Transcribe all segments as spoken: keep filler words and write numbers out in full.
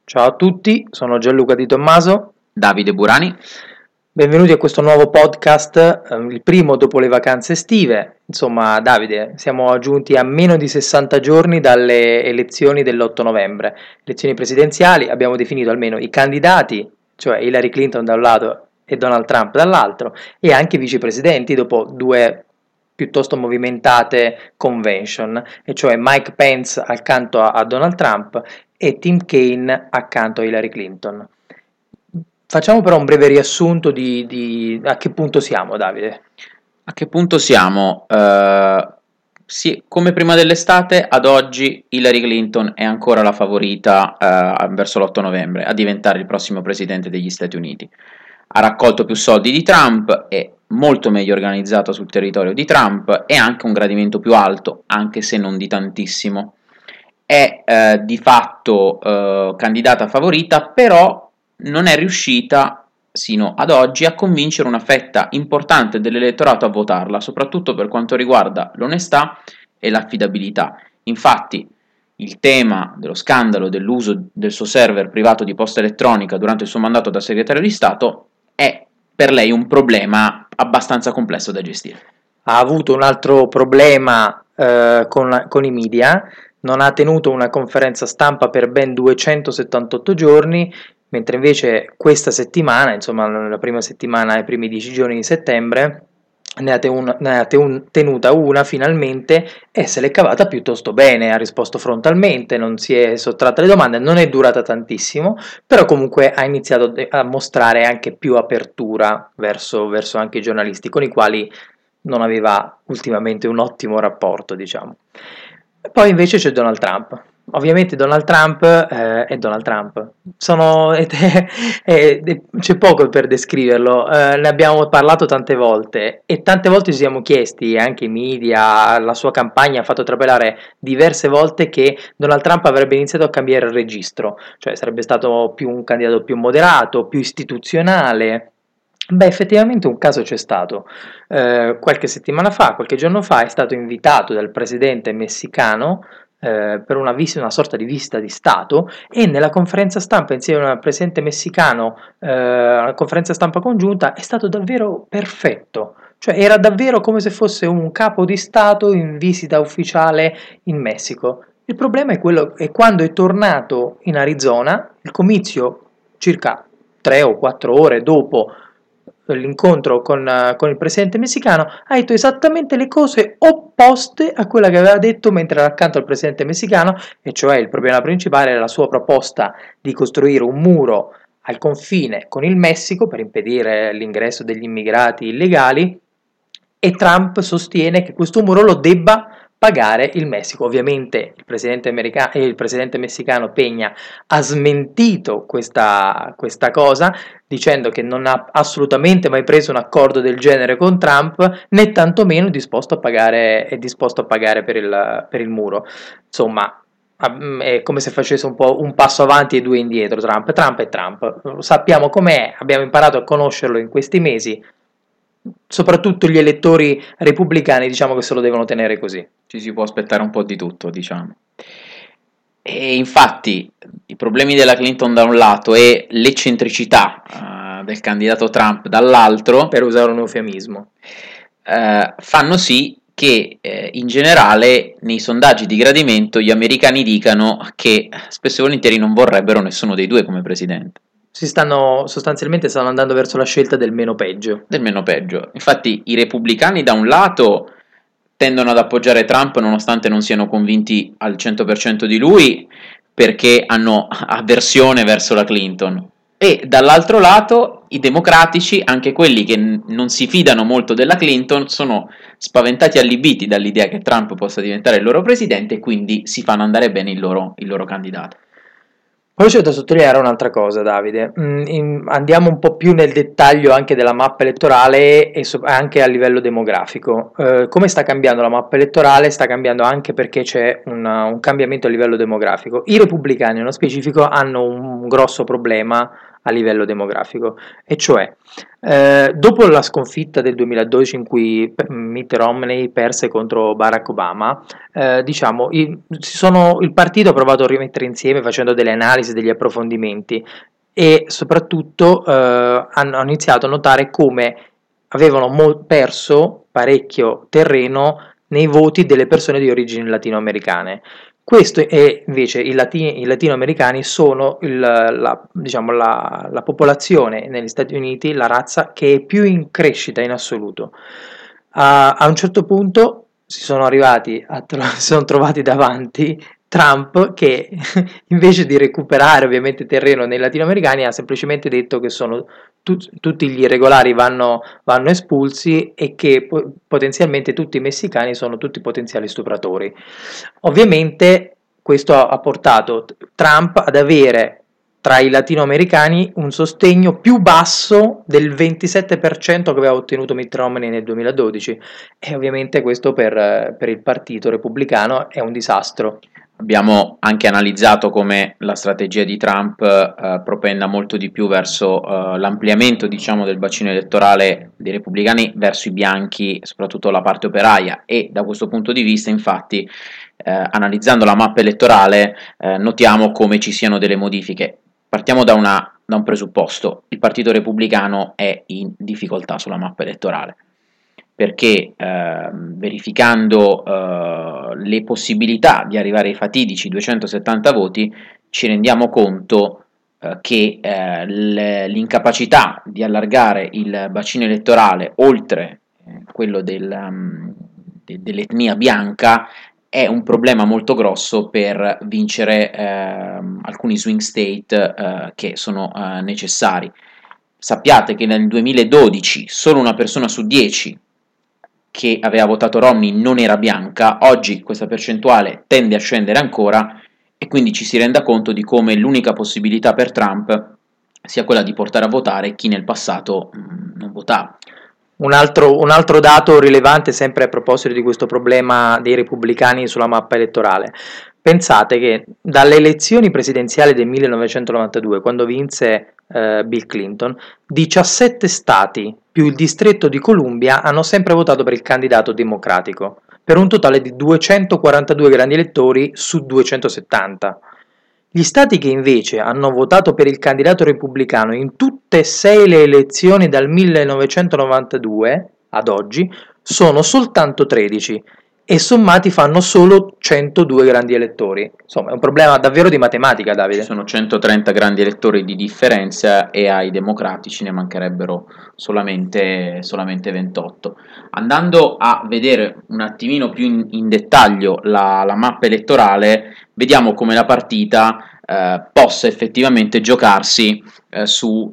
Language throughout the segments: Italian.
Ciao a tutti, sono Gianluca Di Tommaso. Davide Burani. Benvenuti a questo nuovo podcast, eh, il primo dopo le vacanze estive. Insomma, Davide, siamo giunti a meno di sessanta giorni dalle elezioni dell'otto novembre, elezioni presidenziali. Abbiamo definito almeno i candidati, cioè Hillary Clinton da un lato e Donald Trump dall'altro, e anche i vicepresidenti dopo due piuttosto movimentate convention, e cioè Mike Pence accanto a Donald Trump e Tim Kaine accanto a Hillary Clinton. Facciamo però un breve riassunto di, di a che punto siamo, Davide. A che punto siamo? Uh, sì, come prima dell'estate, ad oggi Hillary Clinton è ancora la favorita uh, verso l'otto novembre a diventare il prossimo presidente degli Stati Uniti. Ha raccolto più soldi di Trump, è molto meglio organizzata sul territorio di Trump e ha anche un gradimento più alto, anche se non di tantissimo. È uh, di fatto uh, candidata favorita, però non è riuscita sino ad oggi a convincere una fetta importante dell'elettorato a votarla, soprattutto per quanto riguarda l'onestà e l'affidabilità. Infatti, il tema dello scandalo dell'uso del suo server privato di posta elettronica durante il suo mandato da segretario di Stato è per lei un problema abbastanza complesso da gestire. Ha avuto un altro problema eh, con, con i media, non ha tenuto una conferenza stampa per ben duecentosettantotto giorni, mentre invece questa settimana, insomma la prima settimana, i primi dieci giorni di settembre, ne ha, un, ne ha tenuta una finalmente e se l'è cavata piuttosto bene, ha risposto frontalmente, non si è sottratta alle domande, non è durata tantissimo, però comunque ha iniziato a mostrare anche più apertura verso, verso anche i giornalisti, con i quali non aveva ultimamente un ottimo rapporto, diciamo. E poi invece c'è Donald Trump. Ovviamente Donald Trump eh, è Donald Trump, Sono, è, è, è, c'è poco per descriverlo, eh, ne abbiamo parlato tante volte e tante volte ci siamo chiesti, anche i media, la sua campagna ha fatto trapelare diverse volte che Donald Trump avrebbe iniziato a cambiare il registro, cioè sarebbe stato più un candidato più moderato, più istituzionale. Beh, effettivamente un caso c'è stato. Eh, qualche settimana fa, qualche giorno fa, è stato invitato dal presidente messicano eh, per una, vis- una sorta di visita di Stato e nella conferenza stampa insieme al presidente messicano, eh, alla conferenza stampa congiunta, è stato davvero perfetto. Cioè era davvero come se fosse un capo di Stato in visita ufficiale in Messico. Il problema è, quello, è quando è tornato in Arizona, il comizio circa tre o quattro ore dopo l'incontro con, uh, con il presidente messicano, ha detto esattamente le cose opposte a quella che aveva detto mentre era accanto al presidente messicano, e cioè il problema principale era la sua proposta di costruire un muro al confine con il Messico per impedire l'ingresso degli immigrati illegali, e Trump sostiene che questo muro lo debba pagare il Messico. Ovviamente il presidente, americano, il presidente messicano Peña ha smentito questa, questa cosa, dicendo che non ha assolutamente mai preso un accordo del genere con Trump, né tantomeno disposto a pagare, è disposto a pagare per il, per il muro. Insomma, è come se facesse un po' un passo avanti e due indietro. Trump, Trump è Trump. Sappiamo com'è, abbiamo imparato a conoscerlo in questi mesi. Soprattutto gli elettori repubblicani diciamo che se lo devono tenere così. Ci si può aspettare un po' di tutto, diciamo. E infatti i problemi della Clinton da un lato e l'eccentricità uh, del candidato Trump dall'altro, per usare un eufemismo, uh, fanno sì che eh, in generale nei sondaggi di gradimento gli americani dicano che spesso e volentieri non vorrebbero nessuno dei due come presidente. Si stanno sostanzialmente stanno andando verso la scelta del meno peggio. Del meno peggio. Infatti i repubblicani da un lato tendono ad appoggiare Trump nonostante non siano convinti al cento per cento di lui, perché hanno avversione verso la Clinton. E dall'altro lato i democratici, anche quelli che n- non si fidano molto della Clinton, sono spaventati e allibiti dall'idea che Trump possa diventare il loro presidente e quindi si fanno andare bene il loro, il loro candidato. Poi c'è da sottolineare un'altra cosa, Davide. Mm, in, andiamo un po' più nel dettaglio anche della mappa elettorale e so, anche a livello demografico. Eh, come sta cambiando la mappa elettorale? Sta cambiando anche perché c'è una, un cambiamento a livello demografico. I repubblicani, nello specifico, hanno un grosso problema a livello demografico, e cioè eh, dopo la sconfitta del duemiladodici in cui Mitt Romney perse contro Barack Obama, eh, diciamo il, si sono, il partito ha provato a rimettere insieme facendo delle analisi, degli approfondimenti, e soprattutto eh, hanno, hanno iniziato a notare come avevano mo- perso parecchio terreno nei voti delle persone di origini latinoamericane. Questo è invece i, latini, i latinoamericani sono il, la, diciamo, la, la popolazione negli Stati Uniti, la razza che è più in crescita in assoluto. A, a un certo punto si sono arrivati a tro- si sono trovati davanti Trump, che invece di recuperare ovviamente terreno nei latinoamericani ha semplicemente detto che sono tu- tutti gli irregolari vanno, vanno espulsi e che po- potenzialmente tutti i messicani sono tutti potenziali stupratori. Ovviamente questo ha portato Trump ad avere tra i latinoamericani un sostegno più basso del ventisette per cento che aveva ottenuto Mitt Romney nel duemiladodici, e ovviamente questo per, per il partito repubblicano è un disastro. Abbiamo anche analizzato come la strategia di Trump eh, propenda molto di più verso eh, l'ampliamento, diciamo, del bacino elettorale dei repubblicani verso i bianchi, soprattutto la parte operaia, e da questo punto di vista, infatti, eh, analizzando la mappa elettorale, eh, notiamo come ci siano delle modifiche. Partiamo da, una, da un presupposto: il Partito Repubblicano è in difficoltà sulla mappa elettorale, perché eh, verificando eh, le possibilità di arrivare ai fatidici duecentosettanta voti ci rendiamo conto eh, che eh, l'incapacità di allargare il bacino elettorale oltre eh, quello del, um, de, dell'etnia bianca è un problema molto grosso per vincere eh, alcuni swing state eh, che sono eh, necessari. Sappiate che nel duemiladodici solo una persona su dieci che aveva votato Romney non era bianca. Oggi questa percentuale tende a scendere ancora, e quindi ci si renda conto di come l'unica possibilità per Trump sia quella di portare a votare chi nel passato mh, non votava. Un altro, un altro dato rilevante, sempre a proposito di questo problema dei repubblicani sulla mappa elettorale: pensate che dalle elezioni presidenziali del millenovecentonovantadue, quando vinse eh, Bill Clinton, diciassette stati più il distretto di Columbia hanno sempre votato per il candidato democratico, per un totale di duecentoquarantadue grandi elettori su duecentosettanta. Gli stati che invece hanno votato per il candidato repubblicano in tutte e sei le elezioni dal millenovecentonovantadue ad oggi sono soltanto tredici, e sommati fanno solo centodue grandi elettori. Insomma, è un problema davvero di matematica, Davide. Ci sono centotrenta grandi elettori di differenza e ai democratici ne mancherebbero solamente, solamente ventotto. Andando a vedere un attimino più in, in dettaglio la, la mappa elettorale, vediamo come la partita eh, possa effettivamente giocarsi eh, su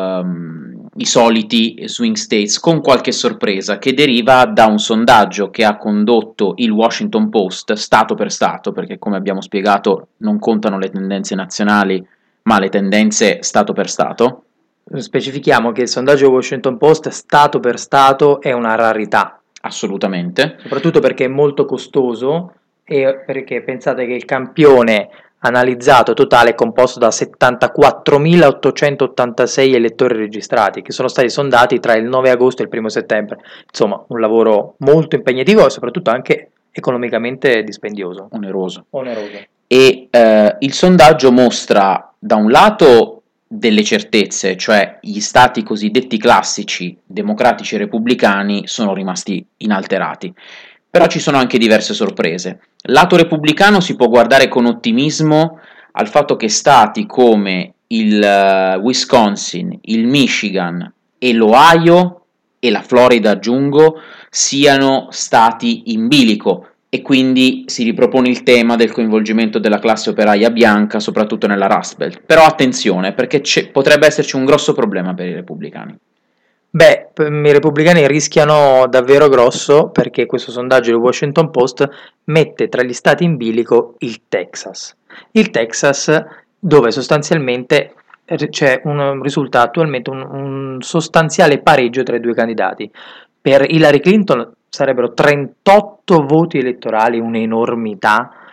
ehm, i soliti swing states, con qualche sorpresa che deriva da un sondaggio che ha condotto il Washington Post stato per stato, perché come abbiamo spiegato non contano le tendenze nazionali ma le tendenze stato per stato. Specifichiamo che il sondaggio Washington Post stato per stato è una rarità. Assolutamente. Soprattutto perché è molto costoso, e perché pensate che il campione analizzato totale è composto da settantaquattromilaottocentottantasei elettori registrati, che sono stati sondati tra il nove agosto e il primo settembre. Insomma, un lavoro molto impegnativo e soprattutto anche economicamente dispendioso. Oneroso. Oneroso. E eh, il sondaggio mostra da un lato delle certezze, cioè gli stati cosiddetti classici, democratici e repubblicani, sono rimasti inalterati. Però ci sono anche diverse sorprese. Lato repubblicano si può guardare con ottimismo al fatto che stati come il uh, Wisconsin, il Michigan e l'Ohio e la Florida, aggiungo, siano stati in bilico, e quindi si ripropone il tema del coinvolgimento della classe operaia bianca, soprattutto nella Rust Belt. Però attenzione, perché potrebbe esserci un grosso problema per i repubblicani. Beh, i repubblicani rischiano davvero grosso, perché questo sondaggio del Washington Post mette tra gli stati in bilico il Texas. Il Texas, dove sostanzialmente c'è un, risulta attualmente un, un sostanziale pareggio tra i due candidati. Per Hillary Clinton sarebbero trentotto voti elettorali, un'enormità,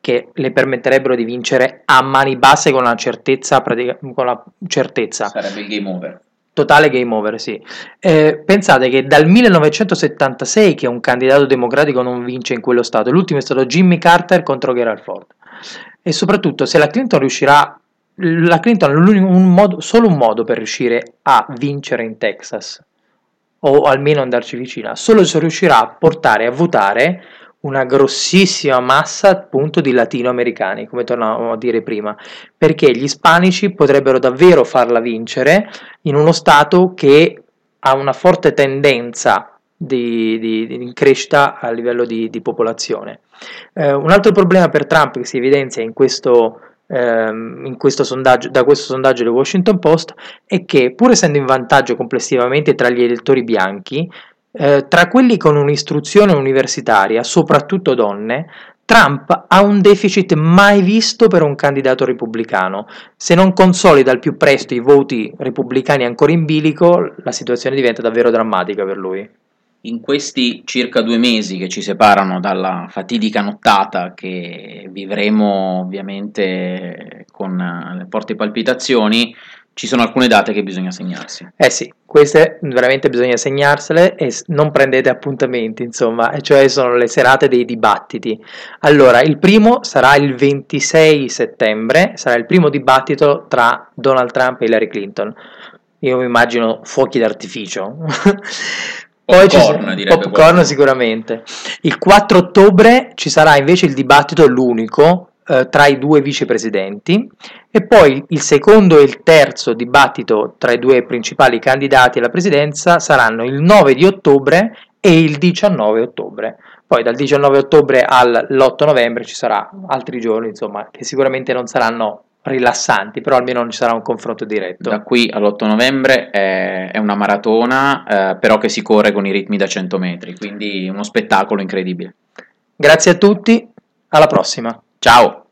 che le permetterebbero di vincere a mani basse con una certezza, pratica, con la certezza. Sarebbe il game over. Totale game over, sì. Eh, pensate che dal millenovecentosettantasei che un candidato democratico non vince in quello stato, l'ultimo è stato Jimmy Carter contro Gerald Ford. E soprattutto se la Clinton riuscirà, la Clinton ha un modo, solo un modo per riuscire a vincere in Texas, o almeno andarci vicina, solo se riuscirà a portare a votare una grossissima massa appunto di latinoamericani, come tornavamo a dire prima, perché gli ispanici potrebbero davvero farla vincere in uno stato che ha una forte tendenza di, di, di crescita a livello di, di popolazione. Eh, un altro problema per Trump che si evidenzia in questo, ehm, in questo sondaggio, da questo sondaggio del Washington Post è che, pur essendo in vantaggio complessivamente tra gli elettori bianchi, eh, tra quelli con un'istruzione universitaria, soprattutto donne, Trump ha un deficit mai visto per un candidato repubblicano. Se non consolida al più presto i voti repubblicani ancora in bilico, la situazione diventa davvero drammatica per lui. In questi circa due mesi che ci separano dalla fatidica nottata che vivremo ovviamente con le forti palpitazioni, ci sono alcune date che bisogna segnarsi. Eh sì, queste veramente bisogna segnarsele e non prendete appuntamenti, insomma, cioè sono le serate dei dibattiti. Allora, il primo sarà il ventisei settembre, sarà il primo dibattito tra Donald Trump e Hillary Clinton. Io mi immagino fuochi d'artificio. Poi popcorn, ci, direbbe popcorn sicuramente. Il quattro ottobre ci sarà invece il dibattito, l'unico, eh, tra i due vicepresidenti, e poi il secondo e il terzo dibattito tra i due principali candidati alla presidenza saranno il nove di ottobre e il diciannove ottobre. Poi dal diciannove ottobre all'otto novembre ci sarà altri giorni, insomma, che sicuramente non saranno rilassanti, però almeno non ci sarà un confronto diretto. Da qui all'otto novembre è, è una maratona, eh, però che si corre con i ritmi da cento metri, quindi uno spettacolo incredibile. Grazie a tutti, alla prossima. Ciao!